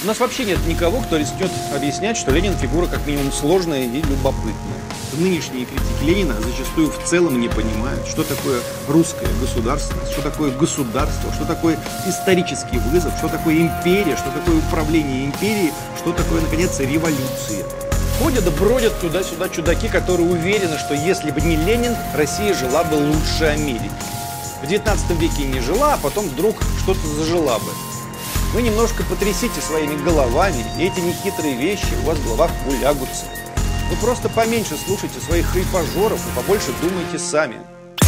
У нас вообще нет никого, кто рискнет объяснять, что Ленин фигура как минимум сложная и любопытная. Нынешние критики Ленина зачастую в целом не понимают, что такое русская государственность, что такое государство, что такое исторический вызов, что такое империя, что такое управление империей, что такое, наконец, революция. Ходят, бродят туда-сюда чудаки, которые уверены, что если бы не Ленин, Россия жила бы лучше Америки. В 19 веке не жила, а потом вдруг что-то зажила бы. Вы немножко потрясите своими головами, и эти нехитрые вещи у вас в головах улягутся. Вы просто поменьше слушайте своих хайпажоров и побольше думайте сами.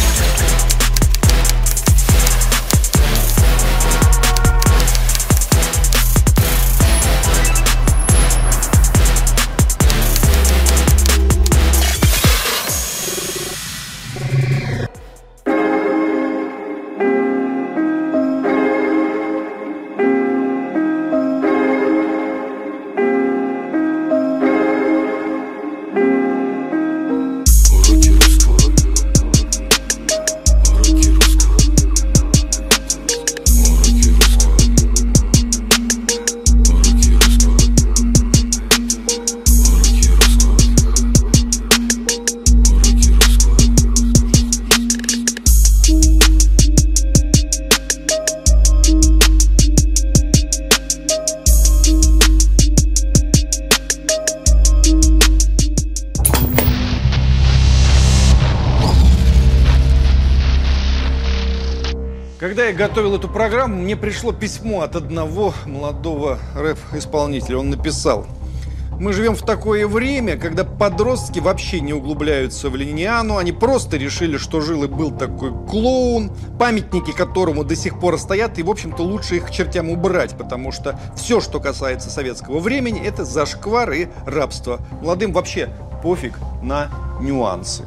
Когда я готовил эту программу, мне пришло письмо от одного молодого рэп-исполнителя. Он написал: мы живем в такое время, когда подростки вообще не углубляются в лениниану. Они просто решили, что жил и был такой клоун, памятники которому до сих пор стоят, и, в общем-то, лучше их к чертям убрать, потому что все, что касается советского времени, это зашквар и рабство. Молодым вообще пофиг на нюансы.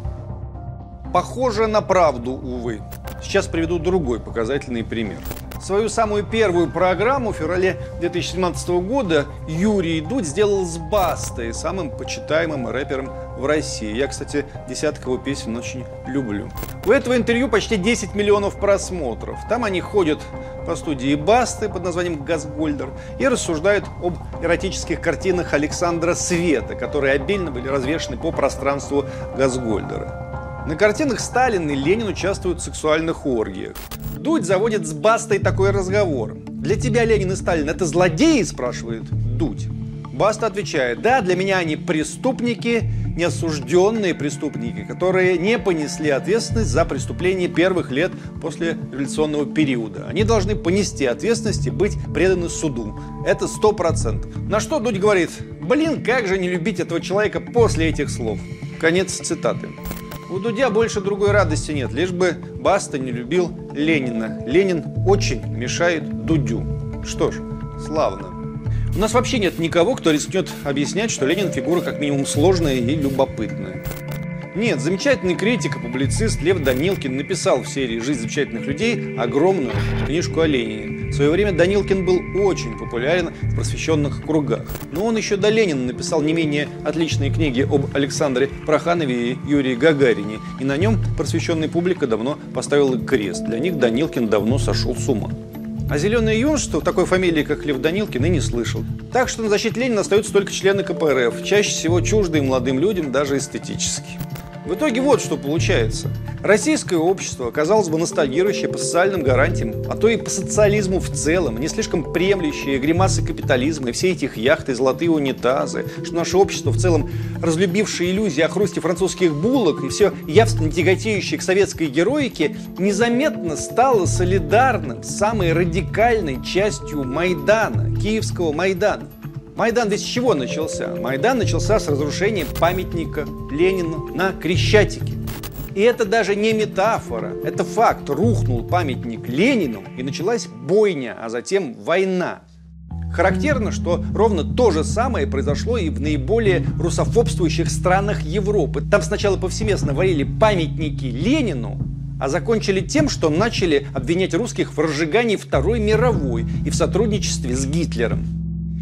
Похоже на правду, увы. Сейчас приведу другой показательный пример. Свою самую первую программу в феврале 2017 года Юрий Дудь сделал с Бастой, самым почитаемым рэпером в России. Я, кстати, десяток его песен очень люблю. У этого интервью почти 10 миллионов просмотров. Там они ходят по студии Басты под названием «Газгольдер» и рассуждают об эротических картинах Александра Света, которые обильно были развешаны по пространству Газгольдера. На картинах Сталин и Ленин участвуют в сексуальных оргиях. Дудь заводит с Бастой такой разговор. «Для тебя Ленин и Сталин – это злодеи?» – спрашивает Дудь. Баста отвечает: «Да, для меня они преступники, неосужденные преступники, которые не понесли ответственность за преступления первых лет после революционного периода. Они должны понести ответственность и быть преданы суду. Это 100%. На что Дудь говорит: «Блин, как же не любить этого человека после этих слов?» Конец цитаты. У Дудя больше другой радости нет, лишь бы Баста не любил Ленина. Ленин очень мешает Дудю. Что ж, славно. У нас вообще нет никого, кто рискнет объяснять, что Ленин фигура как минимум сложная и любопытная. Нет, замечательный критик и публицист Лев Данилкин написал в серии «Жизнь замечательных людей» огромную книжку о Ленине. В свое время Данилкин был очень популярен в просвещенных кругах. Но он еще до Ленина написал не менее отличные книги об Александре Проханове и Юрии Гагарине. И на нем просвещенная публика давно поставила крест. Для них Данилкин давно сошел с ума. А зеленое юношество такой фамилии, как Лев Данилкин, и не слышал. Так что на защите Ленина остаются только члены КПРФ, чаще всего чуждые молодым людям даже эстетически. В итоге вот что получается. Российское общество, казалось бы, ностальгирующее по социальным гарантиям, а то и по социализму в целом, не слишком приемлющее гримасы капитализма и все эти их яхты, золотые унитазы, что наше общество в целом, разлюбившее иллюзии о хрусте французских булок и все явственно тяготеющее к советской героике, незаметно стало солидарным с самой радикальной частью Майдана, Киевского Майдана. Майдан ведь с чего начался? Майдан начался с разрушения памятника Ленину на Крещатике. И это даже не метафора, это факт. Рухнул памятник Ленину, и началась бойня, а затем война. Характерно, что ровно то же самое произошло и в наиболее русофобствующих странах Европы. Там сначала повсеместно валили памятники Ленину, а закончили тем, что начали обвинять русских в разжигании Второй мировой и в сотрудничестве с Гитлером.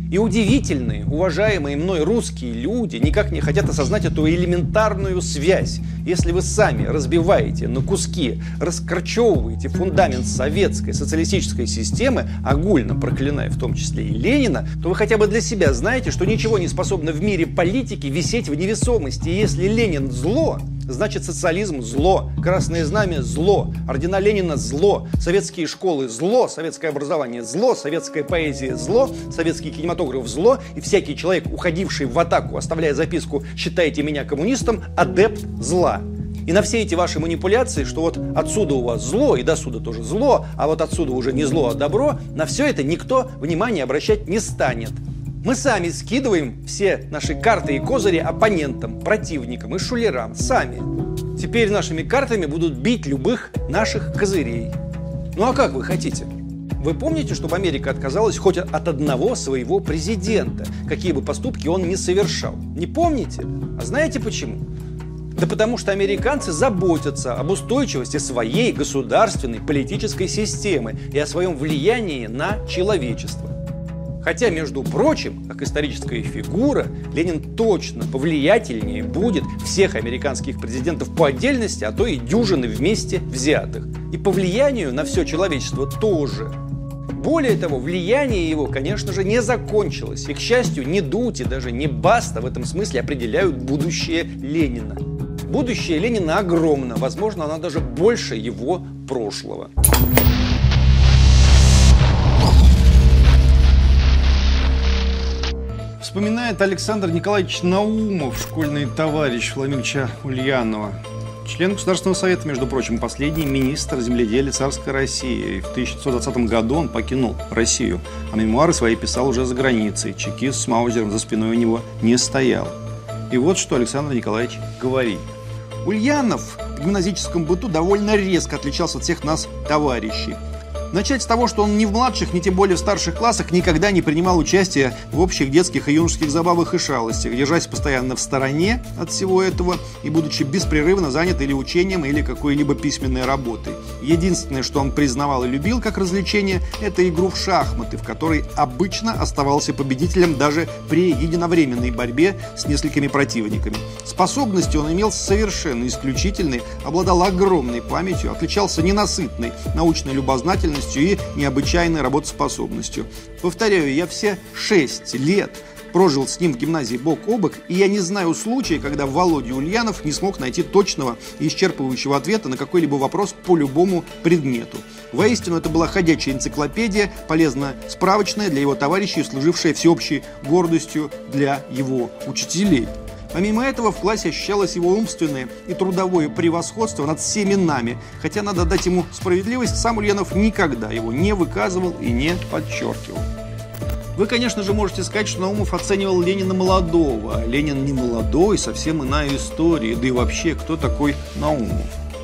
И удивительные, уважаемые мной русские люди никак не хотят осознать эту элементарную связь. Если вы сами разбиваете на куски, раскорчевываете фундамент советской социалистической системы, огульно проклиная в том числе и Ленина, то вы хотя бы для себя знаете, что ничего не способно в мире политики висеть в невесомости. И если Ленин зло, значит социализм зло, Красное Знамя зло, ордена Ленина зло, советские школы зло, советское образование зло, советская поэзия зло, советский кинематограф зло, и всякий человек, уходивший в атаку, оставляя записку «Считайте меня коммунистом», адепт зла. И на все эти ваши манипуляции, что вот отсюда у вас зло, и до сюда тоже зло, а вот отсюда уже не зло, а добро, на все это никто внимания обращать не станет. Мы сами скидываем все наши карты и козыри оппонентам, противникам и шулерам. Сами. Теперь нашими картами будут бить любых наших козырей. Ну а как вы хотите? Вы помните, чтобы Америка отказалась хоть от одного своего президента, какие бы поступки он ни совершал? Не помните? А знаете почему? Да потому что американцы заботятся об устойчивости своей государственной политической системы и о своем влиянии на человечество. Хотя, между прочим, как историческая фигура, Ленин точно повлиятельнее будет всех американских президентов по отдельности, а то и дюжины вместе взятых. И по влиянию на все человечество тоже. Более того, влияние его, конечно же, не закончилось. И, к счастью, ни Дудь и даже не Баста в этом смысле определяют будущее Ленина. Будущее Ленина огромно, возможно, оно даже больше его прошлого. Вспоминает Александр Николаевич Наумов, школьный товарищ Владимира Ульянова. Член Государственного совета, между прочим, последний министр земледелия царской России. И в 1920 году он покинул Россию, а мемуары свои писал уже за границей. Чекист с маузером за спиной у него не стоял. И вот что Александр Николаевич говорит. Ульянов в гимназическом быту довольно резко отличался от всех нас товарищей. Начать с того, что он ни в младших, ни тем более в старших классах никогда не принимал участия в общих детских и юношеских забавах и шалостях, держась постоянно в стороне от всего этого и будучи беспрерывно занят или учением, или какой-либо письменной работой. Единственное, что он признавал и любил как развлечение, это игру в шахматы, в которой обычно оставался победителем даже при единовременной борьбе с несколькими противниками. Способности он имел совершенно исключительные, обладал огромной памятью, отличался ненасытной научной любознательностью и необычайной работоспособностью. Повторяю, я все 6 лет прожил с ним в гимназии бок о бок, и я не знаю случая, когда Володя Ульянов не смог найти точного и исчерпывающего ответа на какой-либо вопрос по любому предмету. Воистину, это была ходячая энциклопедия, полезно справочная для его товарищей, служившая всеобщей гордостью для его учителей. Помимо этого, в классе ощущалось его умственное и трудовое превосходство над всеми нами, хотя, надо дать ему справедливость, сам Ульянов никогда его не выказывал и не подчеркивал. Вы, конечно же, можете сказать, что Наумов оценивал Ленина молодого, а Ленин не молодой, совсем иная история, да и вообще, кто такой Наумов?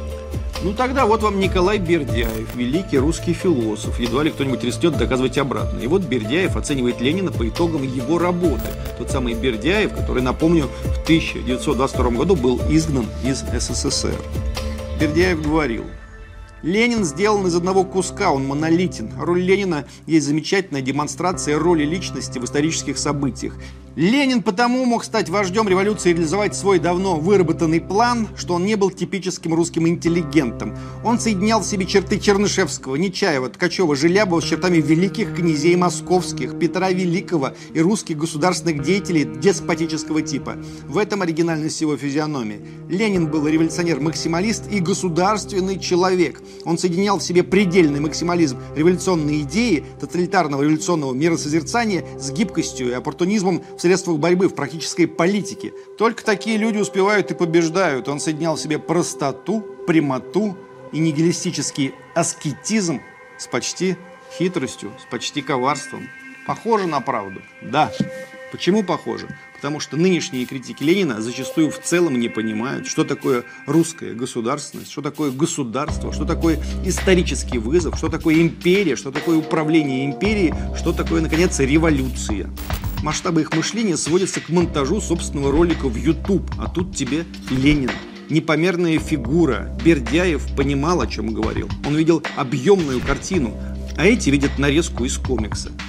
Ну тогда вот вам Николай Бердяев, великий русский философ, едва ли кто-нибудь рискнет доказывать обратно. И вот Бердяев оценивает Ленина по итогам его работы. Тот самый Бердяев, который, напомню, в 1922 году был изгнан из СССР. Бердяев говорил: Ленин сделан из одного куска, он монолитен. Роль Ленина есть замечательная демонстрация роли личности в исторических событиях. Ленин потому мог стать вождем революции и реализовать свой давно выработанный план, что он не был типическим русским интеллигентом. Он соединял в себе черты Чернышевского, Нечаева, Ткачева, Желябова с чертами великих князей московских, Петра Великого и русских государственных деятелей деспотического типа. В этом оригинальность его физиономии. Ленин был революционер-максималист и государственный человек. Он соединял в себе предельный максимализм революционной идеи, тоталитарного революционного миросозерцания с гибкостью и оппортунизмом в средствах борьбы, в практической политике. Только такие люди успевают и побеждают. Он соединял в себе простоту, прямоту и нигилистический аскетизм с почти хитростью, с почти коварством. Похоже на правду? Да. Почему похоже? Потому что нынешние критики Ленина зачастую в целом не понимают, что такое русская государственность, что такое государство, что такое исторический вызов, что такое империя, что такое управление империей, что такое, наконец, революция. Масштабы их мышления сводятся к монтажу собственного ролика в YouTube, а тут тебе Ленин. Непомерная фигура. Бердяев понимал, о чем говорил. Он видел объемную картину, а эти видят нарезку из комикса.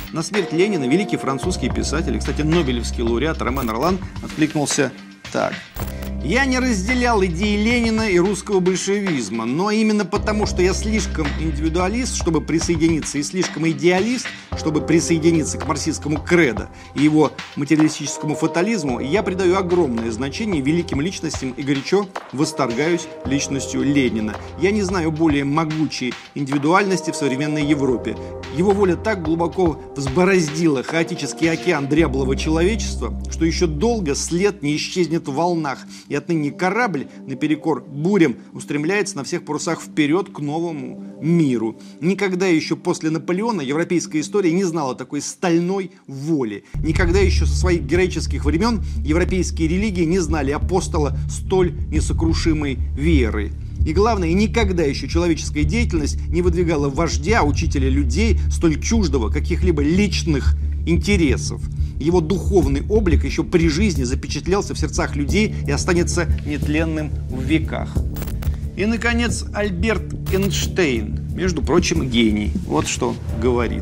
На смерть Ленина великий французский писатель, и, кстати, нобелевский лауреат Ромен Ролан откликнулся так. «Я не разделял идеи Ленина и русского большевизма, но именно потому, что я слишком индивидуалист, чтобы присоединиться, и слишком идеалист, чтобы присоединиться к марксистскому кредо и его материалистическому фатализму, я придаю огромное значение великим личностям и горячо восторгаюсь личностью Ленина. Я не знаю более могучей индивидуальности в современной Европе. Его воля так глубоко взбороздила хаотический океан дряблого человечества, что еще долго след не исчезнет в волнах, и отныне корабль, наперекор бурям, устремляется на всех парусах вперед к новому миру. Никогда еще после Наполеона европейская история не знала такой стальной воли. Никогда еще со своих героических времен европейские религии не знали апостола столь несокрушимой веры. И главное, никогда еще человеческая деятельность не выдвигала вождя, учителя людей, столь чуждого каких-либо личных интересов. Его духовный облик еще при жизни запечатлелся в сердцах людей и останется нетленным в веках. И, наконец, Альберт Эйнштейн, между прочим, гений. Вот что говорит.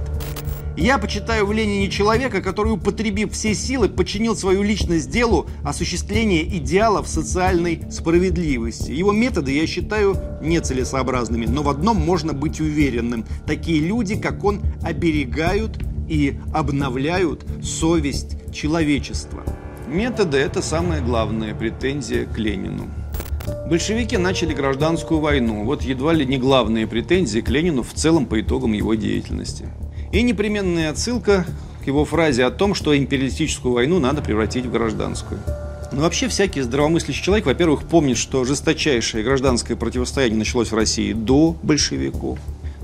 «Я почитаю в Ленине человека, который, употребив все силы, подчинил свою личность делу осуществления идеалов социальной справедливости. Его методы я считаю нецелесообразными, но в одном можно быть уверенным. Такие люди, как он, оберегают и обновляют совесть человечества». Методы – это самая главная претензия к Ленину. Большевики начали гражданскую войну. Вот едва ли не главные претензии к Ленину в целом по итогам его деятельности. И непременная отсылка к его фразе о том, что империалистическую войну надо превратить в гражданскую. Но вообще всякий здравомыслящий человек, во-первых, помнит, что жесточайшее гражданское противостояние началось в России до большевиков.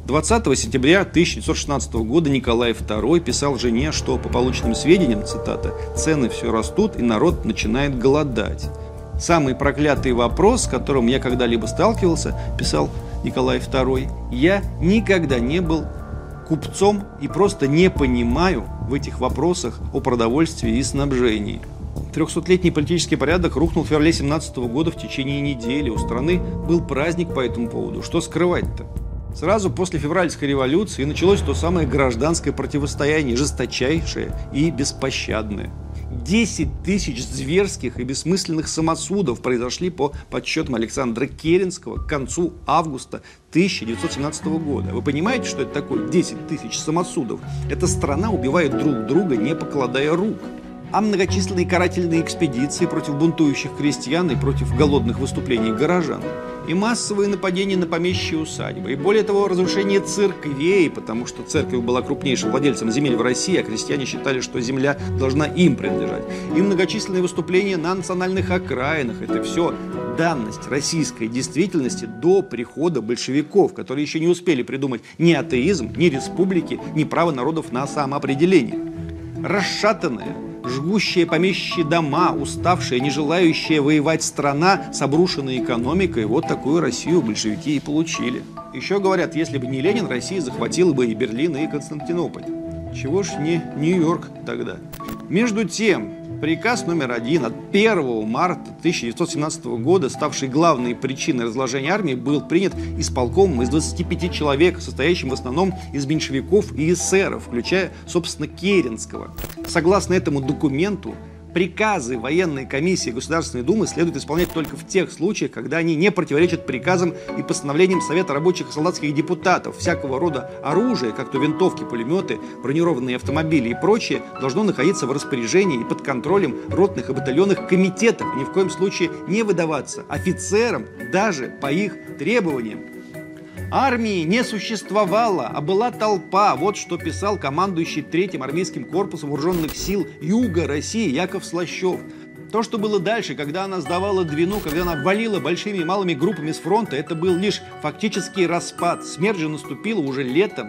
20 сентября 1916 года Николай II писал жене, что по полученным сведениям, цитата, «цены все растут и народ начинает голодать». «Самый проклятый вопрос, с которым я когда-либо сталкивался, – писал Николай II, – я никогда не был купцом и просто не понимаю в этих вопросах о продовольствии и снабжении». 300-летний политический порядок рухнул в феврале 1917 года в течение недели. У страны был праздник по этому поводу. Что скрывать-то? Сразу после февральской революции началось то самое гражданское противостояние, жесточайшее и беспощадное. 10 тысяч зверских и бессмысленных самосудов произошли по подсчетам Александра Керенского к концу августа 1917 года. Вы понимаете, что это такое 10 тысяч самосудов? Эта страна убивает друг друга, не покладая рук. А многочисленные карательные экспедиции против бунтующих крестьян и против голодных выступлений горожан. И массовые нападения на помещичьи усадьбы. И более того, разрушение церквей, потому что церковь была крупнейшим владельцем земель в России, а крестьяне считали, что земля должна им принадлежать. И многочисленные выступления на национальных окраинах. Это все данность российской действительности до прихода большевиков, которые еще не успели придумать ни атеизм, ни республики, ни право народов на самоопределение. Расшатанная, жгущие помещичьи дома, уставшая, не желающая воевать страна с обрушенной экономикой, вот такую Россию большевики и получили. Еще говорят, если бы не Ленин, Россия захватила бы и Берлин, и Константинополь. Чего ж не Нью-Йорк тогда? Между тем, приказ номер 1 от 1 марта 1917 года, ставший главной причиной разложения армии, был принят исполкомом из 25 человек, состоящим в основном из меньшевиков и эсеров, включая, собственно, Керенского. Согласно этому документу, приказы военной комиссии Государственной Думы следует исполнять только в тех случаях, когда они не противоречат приказам и постановлениям Совета рабочих и солдатских депутатов. Всякого рода оружие, как то винтовки, пулеметы, бронированные автомобили и прочее, должно находиться в распоряжении и под контролем ротных и батальонных комитетов и ни в коем случае не выдаваться офицерам даже по их требованиям. Армии не существовало, а была толпа. Вот что писал командующий 3-м армейским корпусом вооруженных сил Юга России Яков Слащев. То, что было дальше, когда она сдавала Двину, когда она валила большими и малыми группами с фронта, это был лишь фактический распад. Смерть же наступила уже летом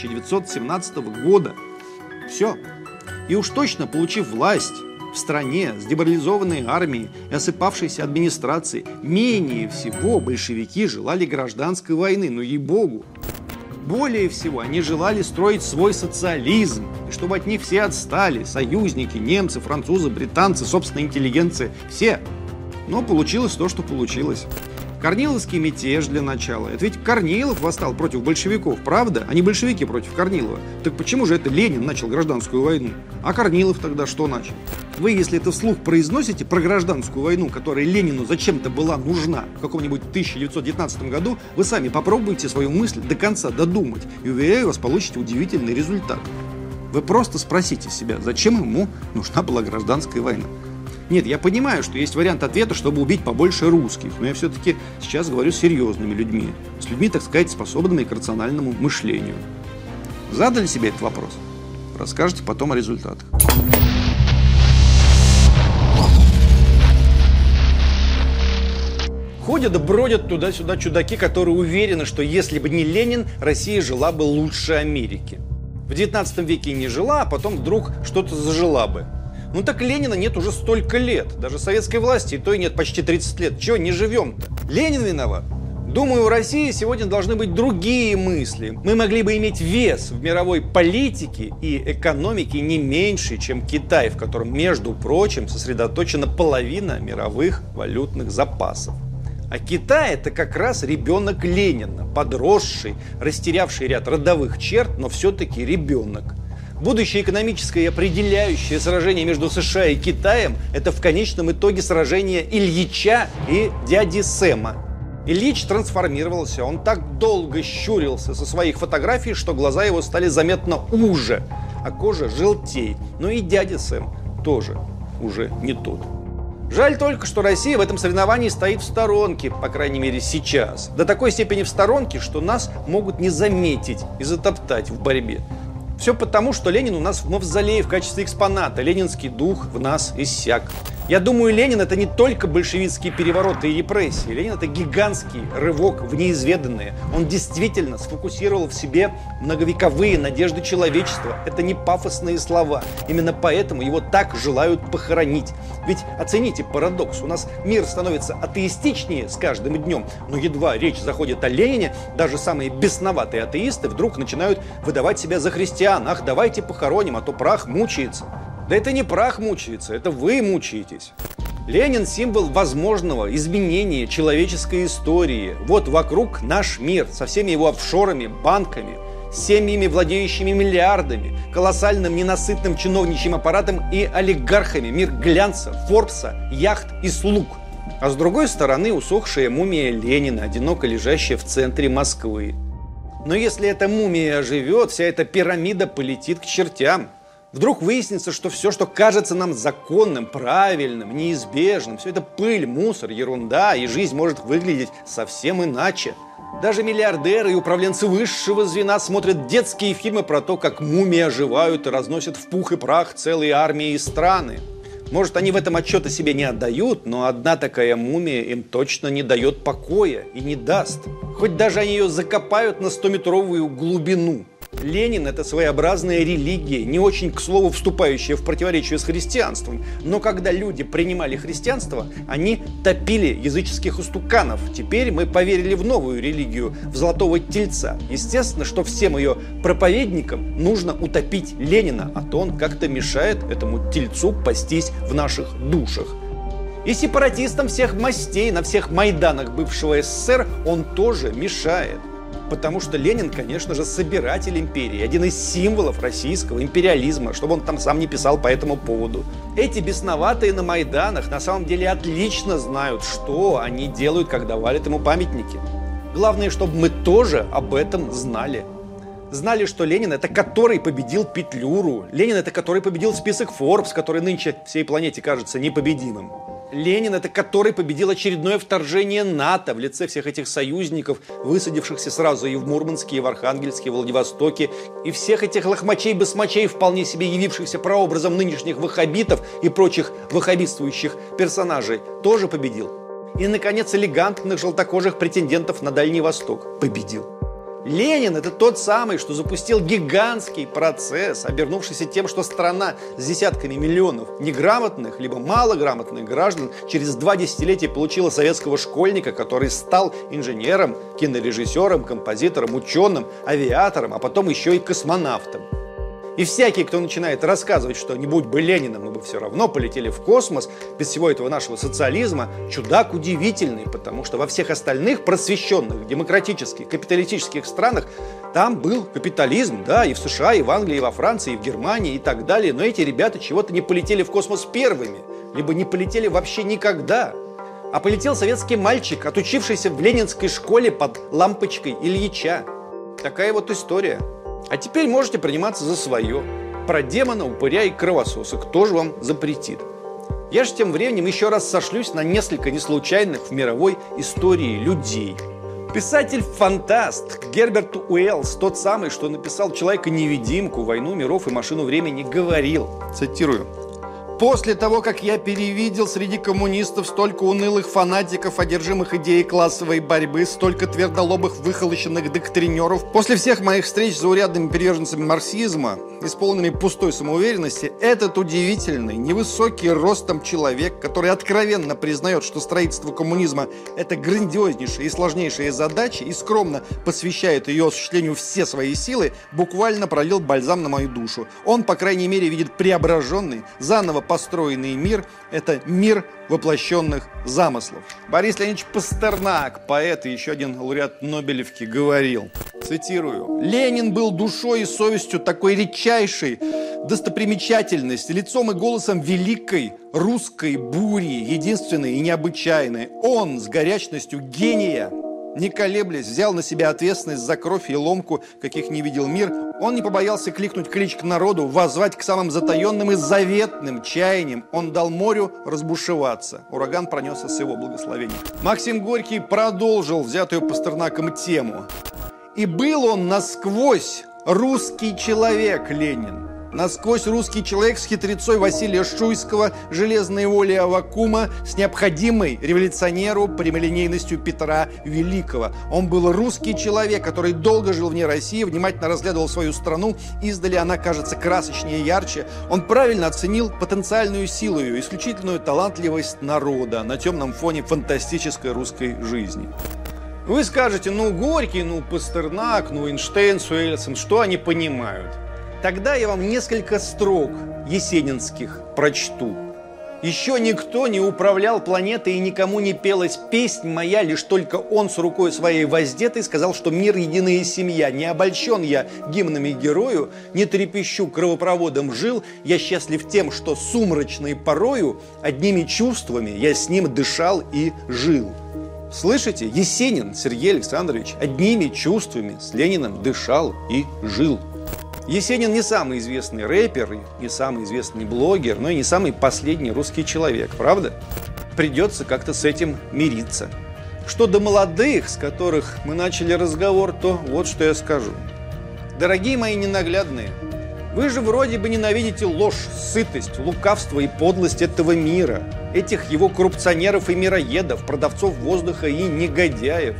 1917 года. Все. И уж точно, получив власть в стране с деморализованной армией и осыпавшейся администрацией, менее всего большевики желали гражданской войны, но ей-богу. Более всего они желали строить свой социализм, и чтобы от них все отстали, союзники, немцы, французы, британцы, собственная интеллигенция, все. Но получилось то, что получилось. Корниловский мятеж для начала. Это ведь Корнилов восстал против большевиков, правда? А не большевики против Корнилова. Так почему же это Ленин начал гражданскую войну? А Корнилов тогда что начал? Вы, если это вслух произносите про гражданскую войну, которая Ленину зачем-то была нужна в каком-нибудь 1919 году, вы сами попробуйте свою мысль до конца додумать. И, уверяю вас, получите удивительный результат. Вы просто спросите себя, зачем ему нужна была гражданская война? Нет, я понимаю, что есть вариант ответа, чтобы убить побольше русских, но я все-таки сейчас говорю с серьезными людьми, с людьми, так сказать, способными к рациональному мышлению. Задали себе этот вопрос? Расскажете потом о результатах. Ходят и бродят туда-сюда чудаки, которые уверены, что если бы не Ленин, Россия жила бы лучше Америки. В 19 веке не жила, а потом вдруг что-то зажила бы. Ну так Ленина нет уже столько лет. Даже советской власти и то и нет почти 30 лет. Чего не живем-то? Ленин виноват? Думаю, у России сегодня должны быть другие мысли. Мы могли бы иметь вес в мировой политике и экономике не меньше, чем Китай, в котором, между прочим, сосредоточена половина мировых валютных запасов. А Китай – это как раз ребенок Ленина, подросший, растерявший ряд родовых черт, но все-таки ребенок. Будущее экономическое и определяющее сражение между США и Китаем – это в конечном итоге сражение Ильича и дяди Сэма. Ильич трансформировался, он так долго щурился со своих фотографий, что глаза его стали заметно уже, а кожа желтей. Но и дядя Сэм тоже уже не тот. Жаль только, что Россия в этом соревновании стоит в сторонке, по крайней мере сейчас. До такой степени в сторонке, что нас могут не заметить и затоптать в борьбе. Все потому, что Ленин у нас в мавзолее в качестве экспоната. Ленинский дух в нас иссяк. Я думаю, Ленин – это не только большевистские перевороты и репрессии. Ленин – это гигантский рывок в неизведанное. Он действительно сфокусировал в себе многовековые надежды человечества. Это не пафосные слова. Именно поэтому его так желают похоронить. Ведь оцените парадокс. У нас мир становится атеистичнее с каждым днем. Но едва речь заходит о Ленине, даже самые бесноватые атеисты вдруг начинают выдавать себя за христиан. Ах, давайте похороним, а то прах мучается. Да это не прах мучается, это вы мучаетесь. Ленин – символ возможного изменения человеческой истории. Вот вокруг наш мир со всеми его офшорами, банками, семьями, владеющими миллиардами, колоссальным ненасытным чиновничьим аппаратом и олигархами. Мир глянца, Форбса, яхт и слуг. А с другой стороны усохшая мумия Ленина, одиноко лежащая в центре Москвы. Но если эта мумия оживет, вся эта пирамида полетит к чертям. Вдруг выяснится, что все, что кажется нам законным, правильным, неизбежным, все это пыль, мусор, ерунда, и жизнь может выглядеть совсем иначе. Даже миллиардеры и управленцы высшего звена смотрят детские фильмы про то, как мумии оживают и разносят в пух и прах целые армии и страны. Может, они в этом отчета себе не отдают, но одна такая мумия им точно не дает покоя и не даст. Хоть даже они ее закопают на 100-метровую глубину. Ленин – это своеобразная религия, не очень, к слову, вступающая в противоречие с христианством. Но когда люди принимали христианство, они топили языческих истуканов. Теперь мы поверили в новую религию, в Золотого Тельца. Естественно, что всем ее проповедникам нужно утопить Ленина, а то он как-то мешает этому тельцу пастись в наших душах. И сепаратистам всех мастей на всех майданах бывшего СССР он тоже мешает. Потому что Ленин, конечно же, собиратель империи, один из символов российского империализма, чтобы он там сам не писал по этому поводу. Эти бесноватые на Майданах на самом деле отлично знают, что они делают, когда валят ему памятники. Главное, чтобы мы тоже об этом знали. Знали, что Ленин – это который победил Петлюру. Ленин – это который победил список Forbes, который нынче всей планете кажется непобедимым. Ленин – это который победил очередное вторжение НАТО в лице всех этих союзников, высадившихся сразу и в Мурманске, и в Архангельске, и в Владивостоке, и всех этих лохмачей-басмачей, вполне себе явившихся прообразом нынешних ваххабитов и прочих ваххабитствующих персонажей, тоже победил. И, наконец, элегантных желтокожих претендентов на Дальний Восток победил. Ленин – это тот самый, что запустил гигантский процесс, обернувшийся тем, что страна с десятками миллионов неграмотных, либо малограмотных граждан через 2 десятилетия получила советского школьника, который стал инженером, кинорежиссером, композитором, ученым, авиатором, а потом еще и космонавтом. И всякий, кто начинает рассказывать, что не будь бы Ленина, мы бы все равно полетели в космос, без всего этого нашего социализма, чудак удивительный, потому что во всех остальных просвещенных, демократических, капиталистических странах там был капитализм, да, и в США, и в Англии, и во Франции, и в Германии, и так далее. Но эти ребята чего-то не полетели в космос первыми, либо не полетели вообще никогда. А полетел советский мальчик, отучившийся в ленинской школе под лампочкой Ильича. Такая вот история. А теперь можете приниматься за свое. Про демона, упыря и кровососа. Кто же вам запретит? Я же тем временем еще раз сошлюсь на несколько неслучайных в мировой истории людей. Писатель-фантаст Герберт Уэллс, тот самый, что написал «Человека-невидимку», «Войну миров» и «Машину времени», говорил, цитирую: «После того, как я перевидел среди коммунистов столько унылых фанатиков, одержимых идеей классовой борьбы, столько твердолобых выхолощенных доктринеров, после всех моих встреч с заурядными приверженцами марксизма, исполненными пустой самоуверенности, этот удивительный, невысокий ростом человек, который откровенно признает, что строительство коммунизма – это грандиознейшая и сложнейшая задача, и скромно посвящает ее осуществлению все свои силы, буквально пролил бальзам на мою душу. Он, по крайней мере, видит преображенный, заново построенный мир – это мир воплощенных замыслов». Борис Леонидович Пастернак, поэт и еще один лауреат Нобелевки, говорил, цитирую: «Ленин был душой и совестью такой редчайшей достопримечательности, лицом и голосом великой русской бури, единственной и необычайной. Он с горячностью гения, не колеблясь, взял на себя ответственность за кровь и ломку, каких не видел мир. Он не побоялся кликнуть клич к народу, воззвать к самым затаенным и заветным чаяниям. Он дал морю разбушеваться. Ураган пронесся с его благословением». Максим Горький продолжил взятую Пастернаком тему. «И был он насквозь русский человек, Ленин. Насквозь русский человек с хитрецой Василия Шуйского, железной волей Аввакума, с необходимой революционеру прямолинейностью Петра Великого. Он был русский человек, который долго жил вне России, внимательно разглядывал свою страну. Издали она кажется красочнее и ярче. Он правильно оценил потенциальную силу ее, исключительную талантливость народа на темном фоне фантастической русской жизни». Вы скажете, ну Горький, ну Пастернак, ну Эйнштейн с Уэллсом, что они понимают? Тогда я вам несколько строк есенинских прочту. «Еще никто не управлял планетой и никому не пелась песнь моя, лишь только он с рукой своей воздетой сказал, что мир единая семья. Не обольщен я гимнами герою, не трепещу кровопроводом жил, я счастлив тем, что сумрачной порою одними чувствами я с ним дышал и жил». Слышите? Есенин Сергей Александрович одними чувствами с Лениным дышал и жил. Есенин не самый известный рэпер, не самый известный блогер, но и не самый последний русский человек, правда? Придется как-то с этим мириться. Что до молодых, с которых мы начали разговор, то вот что я скажу. Дорогие мои ненаглядные, вы же вроде бы ненавидите ложь, сытость, лукавство и подлость этого мира, этих его коррупционеров и мироедов, продавцов воздуха и негодяев.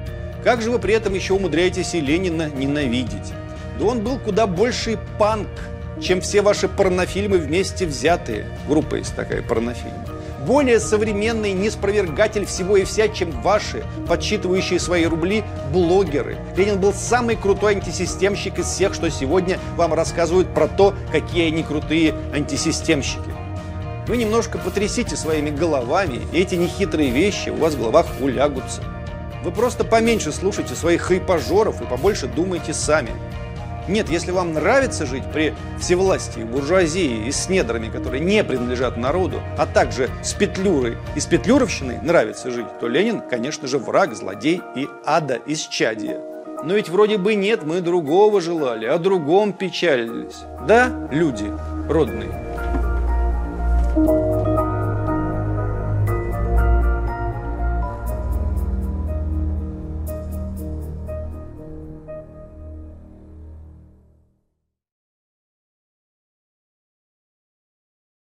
Как же вы при этом еще умудряетесь и Ленина ненавидеть? Да он был куда больший панк, чем все ваши порнофильмы вместе взятые. Группа есть такая, порнофильм. Более современный неспровергатель всего и вся, чем ваши, подсчитывающие свои рубли, блогеры. Ленин был самый крутой антисистемщик из всех, что сегодня вам рассказывают про то, какие они крутые антисистемщики. Вы немножко потрясите своими головами, и эти нехитрые вещи у вас в головах улягутся. Вы просто поменьше слушайте своих хайпажоров и побольше думайте сами. Нет, если вам нравится жить при всевластии, буржуазии и с недрами, которые не принадлежат народу, а также с петлюрой и с петлюровщиной нравится жить, то Ленин, конечно же, враг, злодей и ада исчадие. Но ведь вроде бы нет, мы другого желали, о другом печалились. Да, люди родные?